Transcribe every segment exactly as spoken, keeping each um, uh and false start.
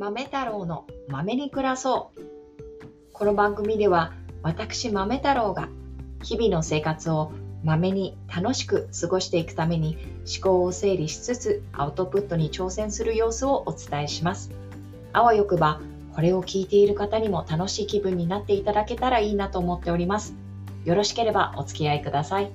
豆太郎の豆に暮らそう。この番組では私豆太郎が日々の生活を豆に楽しく過ごしていくために思考を整理しつつアウトプットに挑戦する様子をお伝えします。あわよくばこれを聞いている方にも楽しい気分になっていただけたらいいなと思っております。よろしければお付き合いください。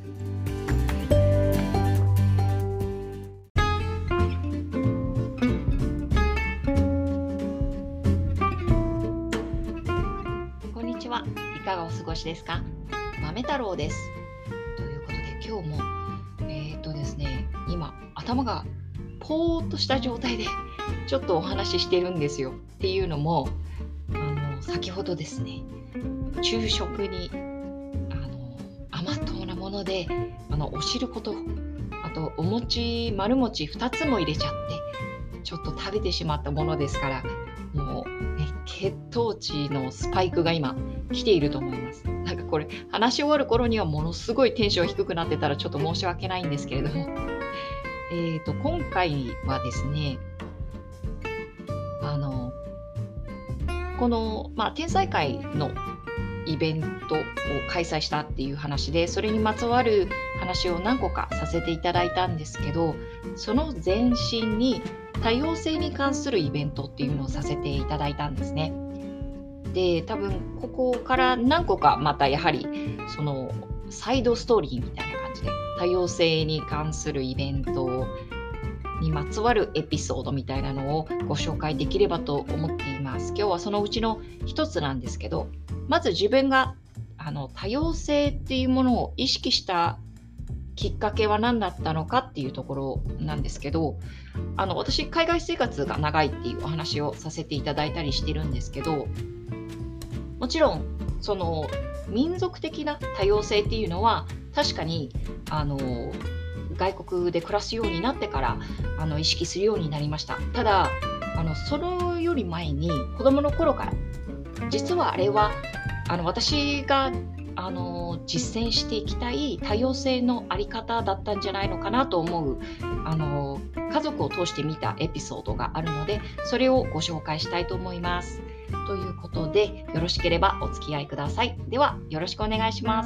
こんにちは。いかがお過ごしですか？豆太郎です。ということで今日もえっとですね今頭がポーっとした状態でちょっとお話ししてるんですよ。っていうのもあの先ほどですね昼食にあの甘党なものであのお汁粉とあとお餅丸餅ふたつも入れちゃってちょっと食べてしまったものですからもう、ね、血糖値のスパイクが今来ていると思います。なんかこれ話し終わる頃にはものすごいテンション低くなってたらちょっと申し訳ないんですけれどもえーと今回はですねあのこの、まあ、天才会のイベントを開催したっていう話でそれにまつわる話を何個かさせていただいたんですけどその前身に多様性に関するイベントっていうのをさせていただいたんですね。で多分ここから何個かまたやはりそのサイドストーリーみたいな感じで多様性に関するイベントにまつわるエピソードみたいなのをご紹介できればと思っています。今日はそのうちの一つなんですけどまず自分があの多様性っていうものを意識したきっかけは何だったのかっていうところなんですけどあの私海外生活が長いっていうお話をさせていただいたりしてるんですけどもちろんその民族的な多様性っていうのは確かにあの外国で暮らすようになってからあの意識するようになりました。ただあのそのより前に子供の頃から実はあれはあの私があの実践していきたい多様性のあり方だったんじゃないのかなと思うあの家族を通して見たエピソードがあるのでそれをご紹介したいと思います。ということでよろしければお付き合いください。ではよろしくお願いします。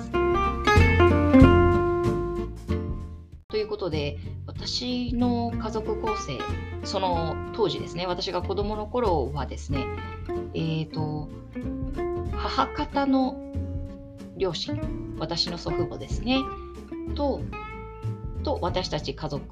ということで私の家族構成その当時ですね私が子供の頃はですねえーと母方の両親私の祖父母ですねとと私たち家族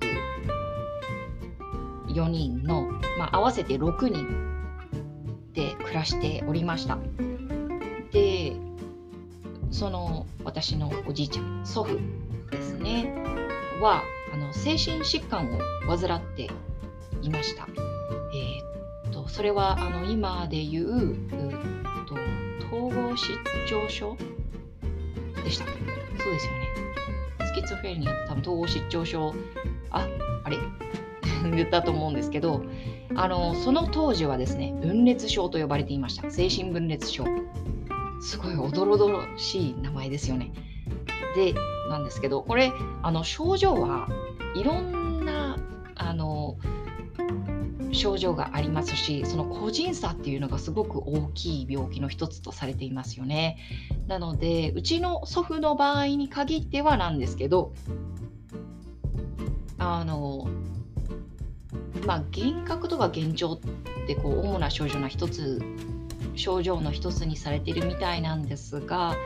よにんの、まあ、合わせてろくにんで暮らしておりました。でその私のおじいちゃん祖父ですねはあの精神疾患を患っていました。えー、っとそれはあの今でいう、うっと統合失調症でした。そうですよね。スキツフレニアって多分統合失調症ああれ言ったと思うんですけどあのその当時はですね分裂症と呼ばれていました。精神分裂症すごいおどろどろしい名前ですよね。でなんですけどこれあの症状はいろんなあの症状がありますしその個人差っていうのがすごく大きい病気の一つとされていますよね。なのでうちの祖父の場合に限ってはなんですけどあのまあ幻覚とか幻聴ってこう主な症状の一つ症状の一つにされているみたいなんですが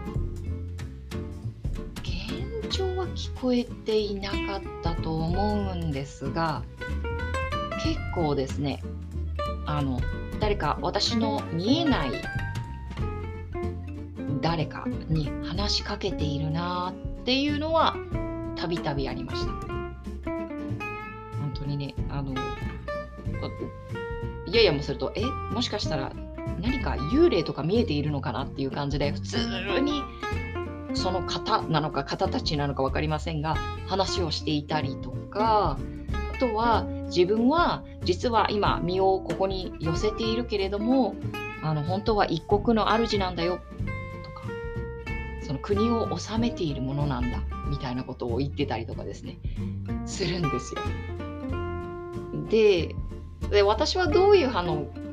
幻聴は聞こえていなかったと思うんですが結構ですねあの誰か私の見えない誰かに話しかけているなっていうのはたびたびありました。本当にねあのいやいやもするとえもしかしたら何か幽霊とか見えているのかなっていう感じで普通にその方なのか方たちなのか分かりませんが話をしていたりとかあとは自分は実は今身をここに寄せているけれどもあの本当は一国の主なんだよとかその国を治めているものなんだみたいなことを言ってたりとかですねするんですよ。で、で私はどういう反応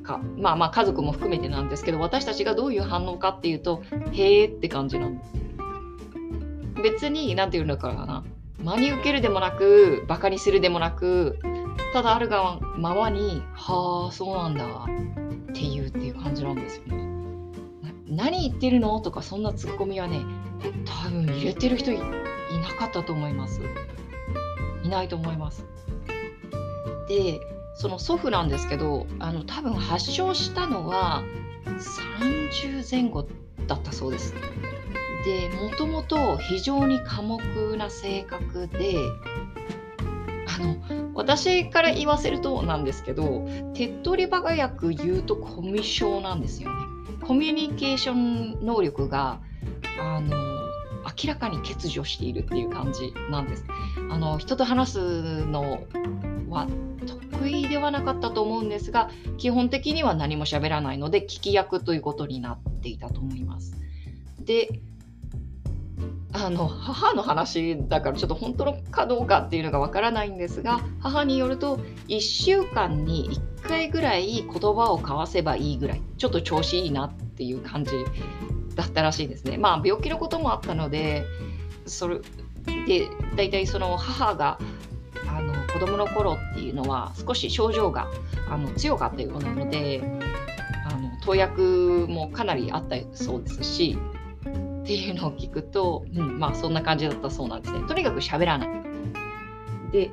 かまあまあ家族も含めてなんですけど、私たちがどういう反応かっていうと、へーって感じなんです。別に何て言うのかな、真に受けるでもなくバカにするでもなく、ただあるがままにはあそうなんだっていうっていう感じなんですよね。な何言ってるのとかそんなツッコミはね、多分入れてる人 い, いなかったと思います。いないと思います。でその祖父なんですけど、あの多分発症したのはさんじゅうぜん後だったそうです。でもともと非常に寡黙な性格で、あの私から言わせるとなんですけど、手っ取り早く言うとコミュ障なんですよね。コミュニケーション能力があの明らかに欠如しているっていう感じなんです。あの人と話すのは得意ではなかったと思うんですが、基本的には何も喋らないので聞き役ということになっていたと思います。であの母の話だからちょっと本当のかどうかっていうのがわからないんですが、母によるといっしゅうかんにいっかいぐらい言葉を交わせばいいぐらい、ちょっと調子いいなっていう感じだったらしいですね。まあ病気のこともあったので、それでだいたいその母があの子供の頃っていうのは少し症状があの強かったようなので、あの投薬もかなりあったそうですしっていうのを聞くと、うん、まあそんな感じだったそうなんですね。とにかく喋らない。で、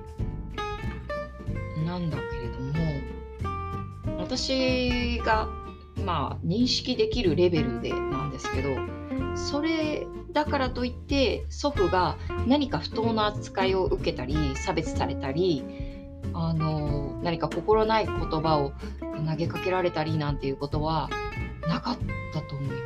なんだけれども、私がまあ認識できるレベルでなんですけど、それだからといって祖父が何か不当な扱いを受けたり差別されたり、あの何か心ない言葉を投げかけられたりなんていうことはなかったと思います。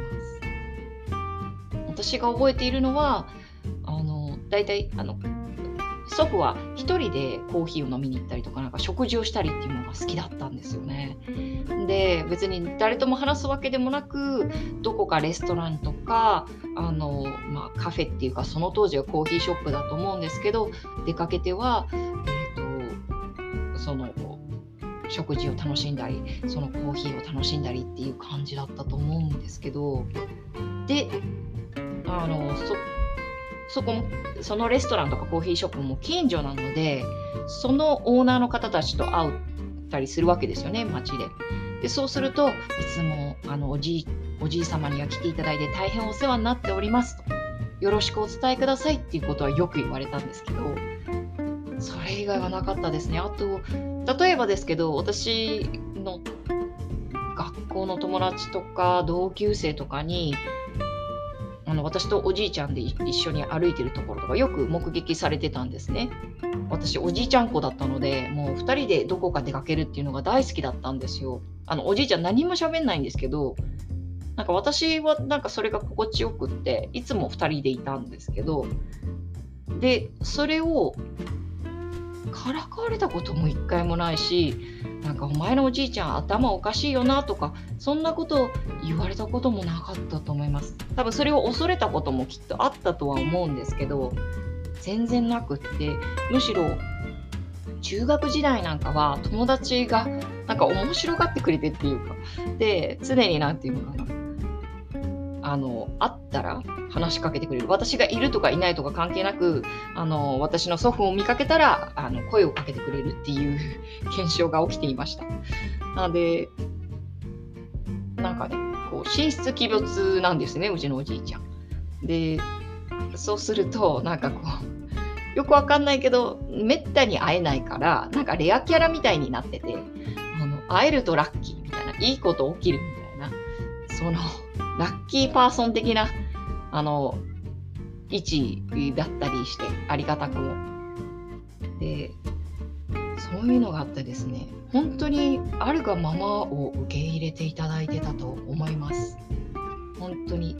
私が覚えているのは、あのだいたいあの祖父は一人でコーヒーを飲みに行ったりとか、なんか食事をしたりっていうのが好きだったんですよね。で別に誰とも話すわけでもなく、どこかレストランとかあの、まあ、カフェっていうか、その当時はコーヒーショップだと思うんですけど、出かけては、えーと、その食事を楽しんだり、そのコーヒーを楽しんだりっていう感じだったと思うんですけど、であの そ, そこもそのレストランとかコーヒーショップも近所なので、そのオーナーの方たちと会ったりするわけですよね、街で。でそうするといつもあのおじいおじい様には来ていただいて大変お世話になっておりますと、よろしくお伝えくださいっていうことはよく言われたんですけど、それ以外はなかったですね。あと例えばですけど、私の学校の友達とか同級生とかに、あの私とおじいちゃんで一緒に歩いてるところとかよく目撃されてたんですね。私おじいちゃん子だったので、もうふたりでどこか出かけるっていうのが大好きだったんですよ。あのおじいちゃん何も喋んないんですけど、なんか私はなんかそれが心地よくって、いつもふたりでいたんですけど、でそれをからかわれたことも一回もないし、なんかお前のおじいちゃん頭おかしいよなとか、そんなことを言われたこともなかったと思います。多分それを恐れたこともきっとあったとは思うんですけど、全然なくって、むしろ中学時代なんかは友達がなんか面白がってくれてっていうか、で常になんていうのかな、あの会ったら話しかけてくれる。私がいるとかいないとか関係なく、あの私の祖父を見かけたらあの声をかけてくれるっていう現象が起きていました。なのでなんかね、こう神出鬼没なんですね、うちのおじいちゃん。でそうするとなんかこうよくわかんないけど、めったに会えないからなんかレアキャラみたいになってて、あの会えるとラッキーみたいな、いいこと起きるみたいな、そのラッキーパーソン的なあの位置だったりして、ありがたくも。でそういうのがあってですね、本当にあるがままを受け入れていただいてたと思います。本当に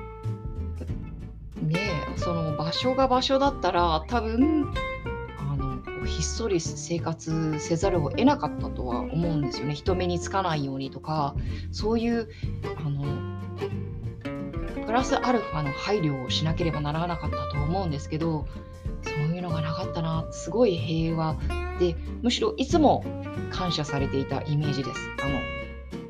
ねえ、その場所が場所だったら多分あのひっそり生活せざるを得なかったとは思うんですよね。人目につかないようにとか、そういうあのプラスアルファの配慮をしなければならなかったと思うんですけど、そういうのがなかったな。すごい平和で、むしろいつも感謝されていたイメージです。あの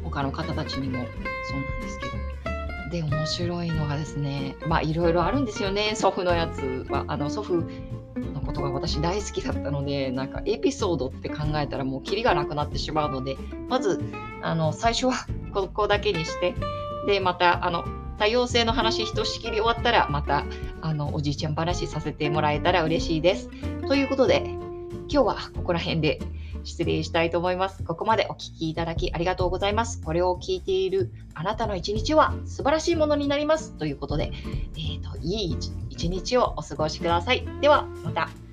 他の方たちにもそうなんですけど。で、面白いのがですね、まあいろいろあるんですよね。祖父のやつは、あの祖父のことが私大好きだったので、なんかエピソードって考えたらもうキリがなくなってしまうので、まずあの最初はここだけにして、でまたあの多様性の話ひとしきり終わったら、またあのおじいちゃん話させてもらえたら嬉しいです。ということで、今日はここら辺で失礼したいと思います。ここまでお聞きいただきありがとうございます。これを聞いているあなたの一日は素晴らしいものになります。ということで、えーと、いい一日をお過ごしください。ではまた。